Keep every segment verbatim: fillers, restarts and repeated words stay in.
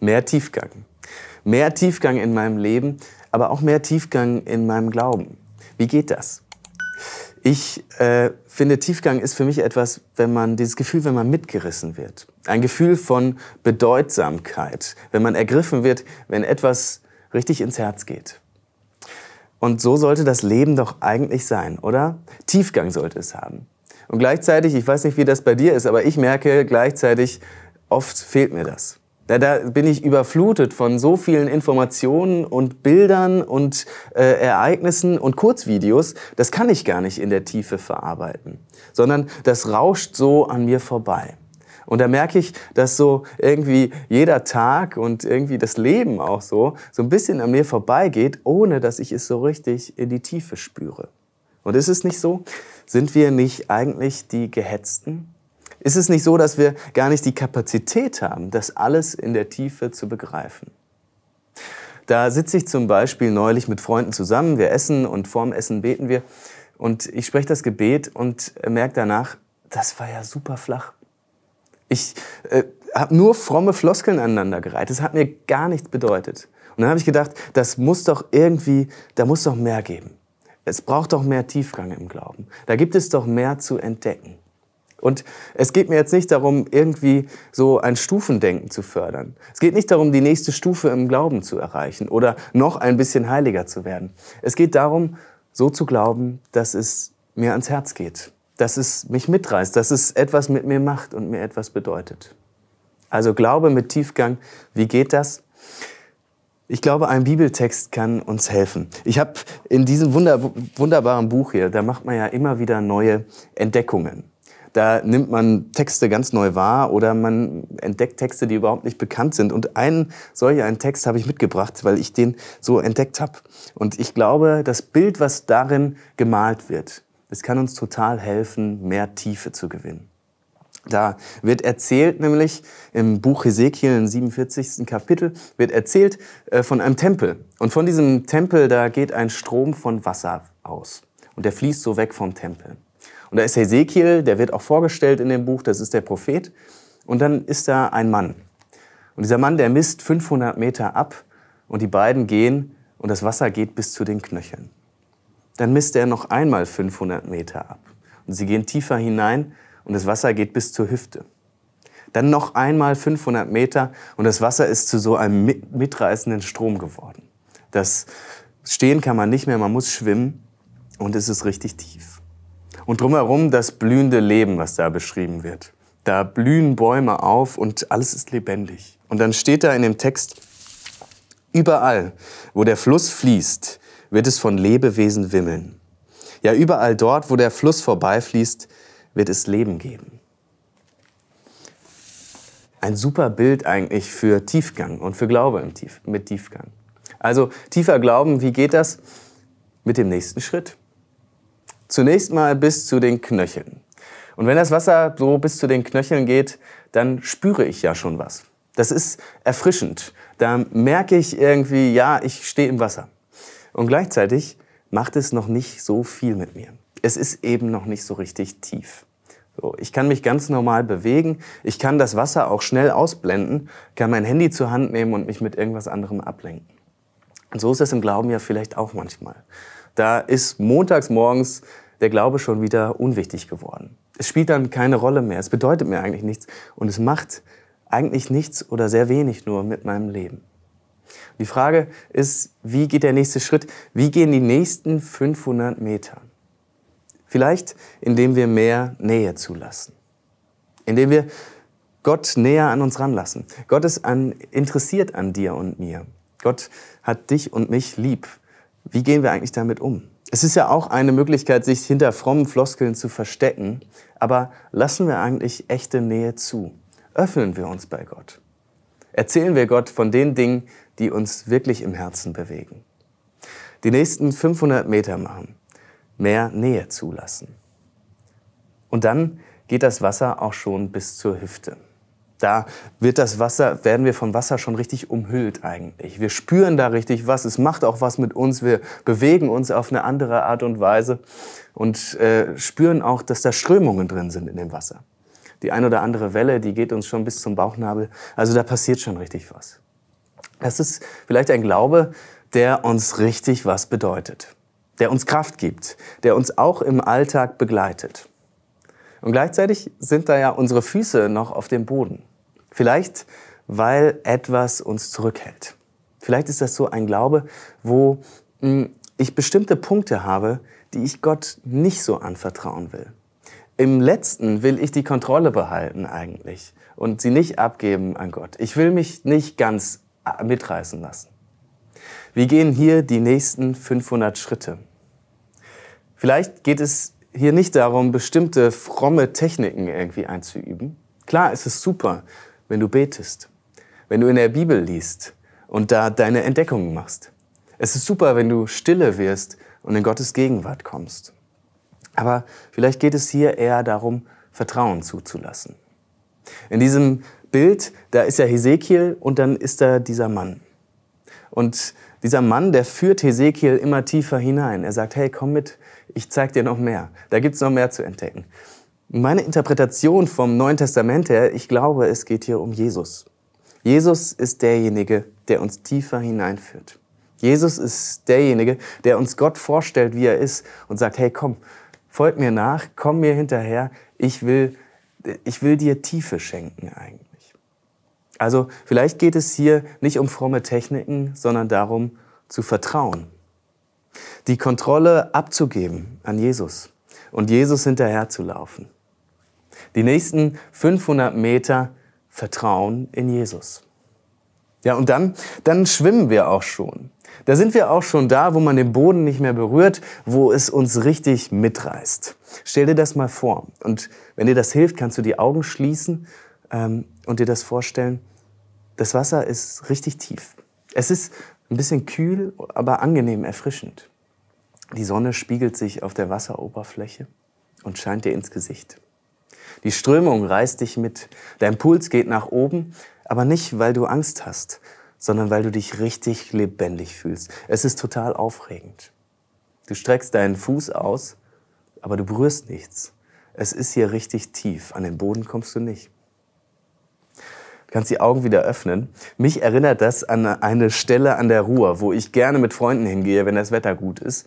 Mehr Tiefgang. Mehr Tiefgang in meinem Leben, aber auch mehr Tiefgang in meinem Glauben. Wie geht das? Ich äh, finde, Tiefgang ist für mich etwas, wenn man dieses Gefühl, wenn man mitgerissen wird. Ein Gefühl von Bedeutsamkeit, wenn man ergriffen wird, wenn etwas richtig ins Herz geht. Und so sollte das Leben doch eigentlich sein, oder? Tiefgang sollte es haben. Und gleichzeitig, ich weiß nicht, wie das bei dir ist, aber ich merke gleichzeitig, oft fehlt mir das. Da, da bin ich überflutet von so vielen Informationen und Bildern und äh, Ereignissen und Kurzvideos. Das kann ich gar nicht in der Tiefe verarbeiten, sondern das rauscht so an mir vorbei. Und da merke ich, dass so irgendwie jeder Tag und irgendwie das Leben auch so, so ein bisschen an mir vorbeigeht, ohne dass ich es so richtig in die Tiefe spüre. Und ist es nicht so? Sind wir nicht eigentlich die Gehetzten? Ist es nicht so, dass wir gar nicht die Kapazität haben, das alles in der Tiefe zu begreifen? Da sitze ich zum Beispiel neulich mit Freunden zusammen, wir essen und vorm Essen beten wir. Und ich spreche das Gebet und merke danach, das war ja super flach. Ich äh, habe nur fromme Floskeln aneinandergereiht. Das hat mir gar nichts bedeutet. Und dann habe ich gedacht, das muss doch irgendwie, da muss doch mehr geben. Es braucht doch mehr Tiefgang im Glauben. Da gibt es doch mehr zu entdecken. Und es geht mir jetzt nicht darum, irgendwie so ein Stufendenken zu fördern. Es geht nicht darum, die nächste Stufe im Glauben zu erreichen oder noch ein bisschen heiliger zu werden. Es geht darum, so zu glauben, dass es mir ans Herz geht, dass es mich mitreißt, dass es etwas mit mir macht und mir etwas bedeutet. Also Glaube mit Tiefgang, wie geht das? Ich glaube, ein Bibeltext kann uns helfen. Ich habe in diesem wunder, wunderbaren Buch hier, da macht man ja immer wieder neue Entdeckungen. Da nimmt man Texte ganz neu wahr oder man entdeckt Texte, die überhaupt nicht bekannt sind. Und einen solch einen Text habe ich mitgebracht, weil ich den so entdeckt habe. Und ich glaube, das Bild, was darin gemalt wird, das kann uns total helfen, mehr Tiefe zu gewinnen. Da wird erzählt, nämlich im Buch Hesekiel, im siebenundvierzigsten Kapitel, wird erzählt äh, von einem Tempel. Und von diesem Tempel, da geht ein Strom von Wasser aus. Und der fließt so weg vom Tempel. Und da ist Hesekiel, der wird auch vorgestellt in dem Buch, das ist der Prophet. Und dann ist da ein Mann. Und dieser Mann, der misst fünfhundert Meter ab und die beiden gehen und das Wasser geht bis zu den Knöcheln. Dann misst er noch einmal fünfhundert Meter ab. Und sie gehen tiefer hinein und das Wasser geht bis zur Hüfte. Dann noch einmal fünfhundert Meter und das Wasser ist zu so einem mitreißenden Strom geworden. Das Stehen kann man nicht mehr, man muss schwimmen und es ist richtig tief. Und drumherum das blühende Leben, was da beschrieben wird. Da blühen Bäume auf und alles ist lebendig. Und dann steht da in dem Text, überall, wo der Fluss fließt, wird es von Lebewesen wimmeln. Ja, überall dort, wo der Fluss vorbeifließt, wird es Leben geben. Ein super Bild eigentlich für Tiefgang und für Glaube im Tief, mit Tiefgang. Also tiefer Glauben, wie geht das? Mit dem nächsten Schritt. Zunächst mal bis zu den Knöcheln. Und wenn das Wasser so bis zu den Knöcheln geht, dann spüre ich ja schon was. Das ist erfrischend. Da merke ich irgendwie, ja, ich stehe im Wasser. Und gleichzeitig macht es noch nicht so viel mit mir. Es ist eben noch nicht so richtig tief. So, ich kann mich ganz normal bewegen. Ich kann das Wasser auch schnell ausblenden, kann mein Handy zur Hand nehmen und mich mit irgendwas anderem ablenken. Und so ist es im Glauben ja vielleicht auch manchmal. Da ist montags morgens der Glaube schon wieder unwichtig geworden. Es spielt dann keine Rolle mehr, es bedeutet mir eigentlich nichts und es macht eigentlich nichts oder sehr wenig nur mit meinem Leben. Die Frage ist, wie geht der nächste Schritt? Wie gehen die nächsten fünfhundert Meter? Vielleicht, indem wir mehr Nähe zulassen. Indem wir Gott näher an uns ranlassen. Gott ist an, interessiert an dir und mir. Gott hat dich und mich lieb. Wie gehen wir eigentlich damit um? Es ist ja auch eine Möglichkeit, sich hinter frommen Floskeln zu verstecken. Aber lassen wir eigentlich echte Nähe zu? Öffnen wir uns bei Gott? Erzählen wir Gott von den Dingen, die uns wirklich im Herzen bewegen? Die nächsten fünfhundert Meter machen. Mehr Nähe zulassen. Und dann geht das Wasser auch schon bis zur Hüfte. Da wird das Wasser, werden wir vom Wasser schon richtig umhüllt eigentlich. Wir spüren da richtig was, es macht auch was mit uns, wir bewegen uns auf eine andere Art und Weise und äh, spüren auch, dass da Strömungen drin sind in dem Wasser. Die ein oder andere Welle, die geht uns schon bis zum Bauchnabel, also da passiert schon richtig was. Das ist vielleicht ein Glaube, der uns richtig was bedeutet, der uns Kraft gibt, der uns auch im Alltag begleitet. Und gleichzeitig sind da ja unsere Füße noch auf dem Boden. Vielleicht, weil etwas uns zurückhält. Vielleicht ist das so ein Glaube, wo mh, ich bestimmte Punkte habe, die ich Gott nicht so anvertrauen will. Im Letzten will ich die Kontrolle behalten eigentlich und sie nicht abgeben an Gott. Ich will mich nicht ganz mitreißen lassen. Wir gehen hier die nächsten fünfhundert Schritte. Vielleicht geht es hier nicht darum, bestimmte fromme Techniken irgendwie einzuüben. Klar, es ist super, wenn du betest, wenn du in der Bibel liest und da deine Entdeckungen machst. Es ist super, wenn du stille wirst und in Gottes Gegenwart kommst. Aber vielleicht geht es hier eher darum, Vertrauen zuzulassen. In diesem Bild, da ist ja Hesekiel und dann ist da dieser Mann. Und dieser Mann, der führt Hesekiel immer tiefer hinein. Er sagt, hey, komm mit, ich zeig dir noch mehr. Da gibt's noch mehr zu entdecken. Meine Interpretation vom Neuen Testament her, ich glaube, es geht hier um Jesus. Jesus ist derjenige, der uns tiefer hineinführt. Jesus ist derjenige, der uns Gott vorstellt, wie er ist und sagt, hey, komm, folg mir nach, komm mir hinterher, ich will, ich will dir Tiefe schenken eigentlich. Also vielleicht geht es hier nicht um fromme Techniken, sondern darum, zu vertrauen. Die Kontrolle abzugeben an Jesus und Jesus hinterher zu laufen. Die nächsten fünfhundert Meter Vertrauen in Jesus. Ja, und dann, dann schwimmen wir auch schon. Da sind wir auch schon da, wo man den Boden nicht mehr berührt, wo es uns richtig mitreißt. Stell dir das mal vor. Und wenn dir das hilft, kannst du die Augen schließen ähm, und dir das vorstellen. Das Wasser ist richtig tief. Es ist ein bisschen kühl, aber angenehm erfrischend. Die Sonne spiegelt sich auf der Wasseroberfläche und scheint dir ins Gesicht. Die Strömung reißt dich mit. Dein Puls geht nach oben, aber nicht, weil du Angst hast, sondern weil du dich richtig lebendig fühlst. Es ist total aufregend. Du streckst deinen Fuß aus, aber du berührst nichts. Es ist hier richtig tief. An den Boden kommst du nicht. Du kannst die Augen wieder öffnen. Mich erinnert das an eine Stelle an der Ruhr, wo ich gerne mit Freunden hingehe, wenn das Wetter gut ist.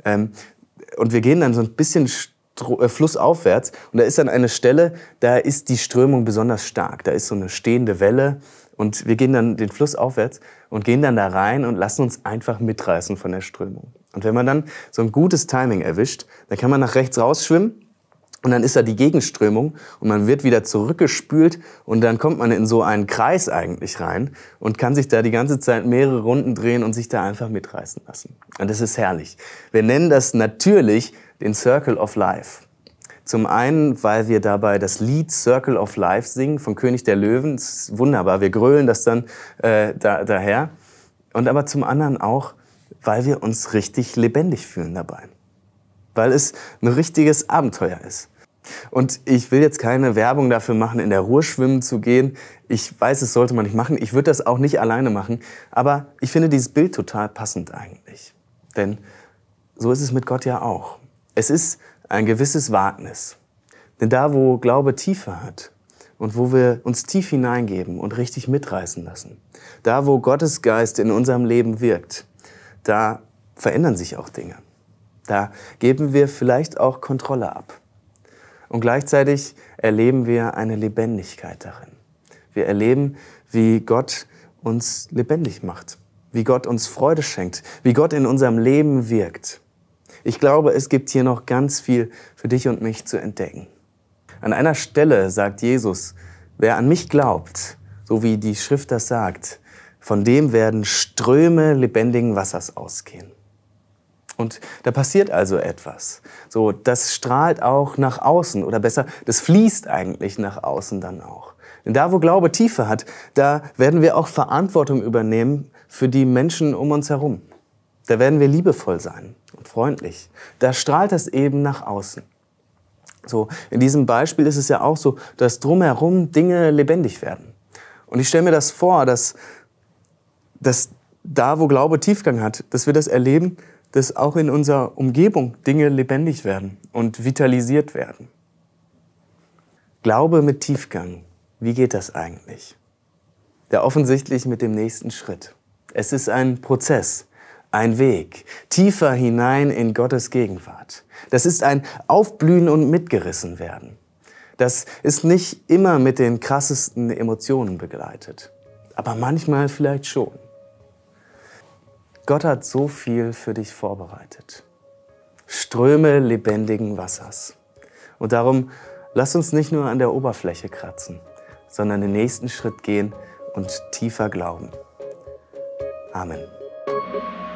Und wir gehen dann so ein bisschen flussaufwärts und da ist dann eine Stelle, da ist die Strömung besonders stark. Da ist so eine stehende Welle und wir gehen dann den Fluss aufwärts und gehen dann da rein und lassen uns einfach mitreißen von der Strömung. Und wenn man dann so ein gutes Timing erwischt, dann kann man nach rechts rausschwimmen und dann ist da die Gegenströmung und man wird wieder zurückgespült und dann kommt man in so einen Kreis eigentlich rein und kann sich da die ganze Zeit mehrere Runden drehen und sich da einfach mitreißen lassen. Und das ist herrlich. Wir nennen das natürlich den Circle of Life. Zum einen, weil wir dabei das Lied Circle of Life singen von König der Löwen. Das ist wunderbar, wir grölen das dann äh, da, daher. Und aber zum anderen auch, weil wir uns richtig lebendig fühlen dabei. Weil es ein richtiges Abenteuer ist. Und ich will jetzt keine Werbung dafür machen, in der Ruhr schwimmen zu gehen. Ich weiß, es sollte man nicht machen. Ich würde das auch nicht alleine machen. Aber ich finde dieses Bild total passend eigentlich. Denn so ist es mit Gott ja auch. Es ist ein gewisses Wagnis. Denn da, wo Glaube Tiefe hat und wo wir uns tief hineingeben und richtig mitreißen lassen, da, wo Gottes Geist in unserem Leben wirkt, da verändern sich auch Dinge. Da geben wir vielleicht auch Kontrolle ab. Und gleichzeitig erleben wir eine Lebendigkeit darin. Wir erleben, wie Gott uns lebendig macht, wie Gott uns Freude schenkt, wie Gott in unserem Leben wirkt. Ich glaube, es gibt hier noch ganz viel für dich und mich zu entdecken. An einer Stelle sagt Jesus, wer an mich glaubt, so wie die Schrift das sagt, von dem werden Ströme lebendigen Wassers ausgehen. Und da passiert also etwas. So, das strahlt auch nach außen oder besser, das fließt eigentlich nach außen dann auch. Denn da, wo Glaube Tiefe hat, da werden wir auch Verantwortung übernehmen für die Menschen um uns herum. Da werden wir liebevoll sein und freundlich. Da strahlt das eben nach außen. So, in diesem Beispiel ist es ja auch so, dass drumherum Dinge lebendig werden. Und ich stelle mir das vor, dass, dass da, wo Glaube Tiefgang hat, dass wir das erleben, dass auch in unserer Umgebung Dinge lebendig werden und vitalisiert werden. Glaube mit Tiefgang, wie geht das eigentlich? Ja, offensichtlich mit dem nächsten Schritt. Es ist ein Prozess, ein Weg, tiefer hinein in Gottes Gegenwart. Das ist ein Aufblühen und mitgerissen werden. Das ist nicht immer mit den krassesten Emotionen begleitet, aber manchmal vielleicht schon. Gott hat so viel für dich vorbereitet. Ströme lebendigen Wassers. Und darum, lass uns nicht nur an der Oberfläche kratzen, sondern den nächsten Schritt gehen und tiefer glauben. Amen.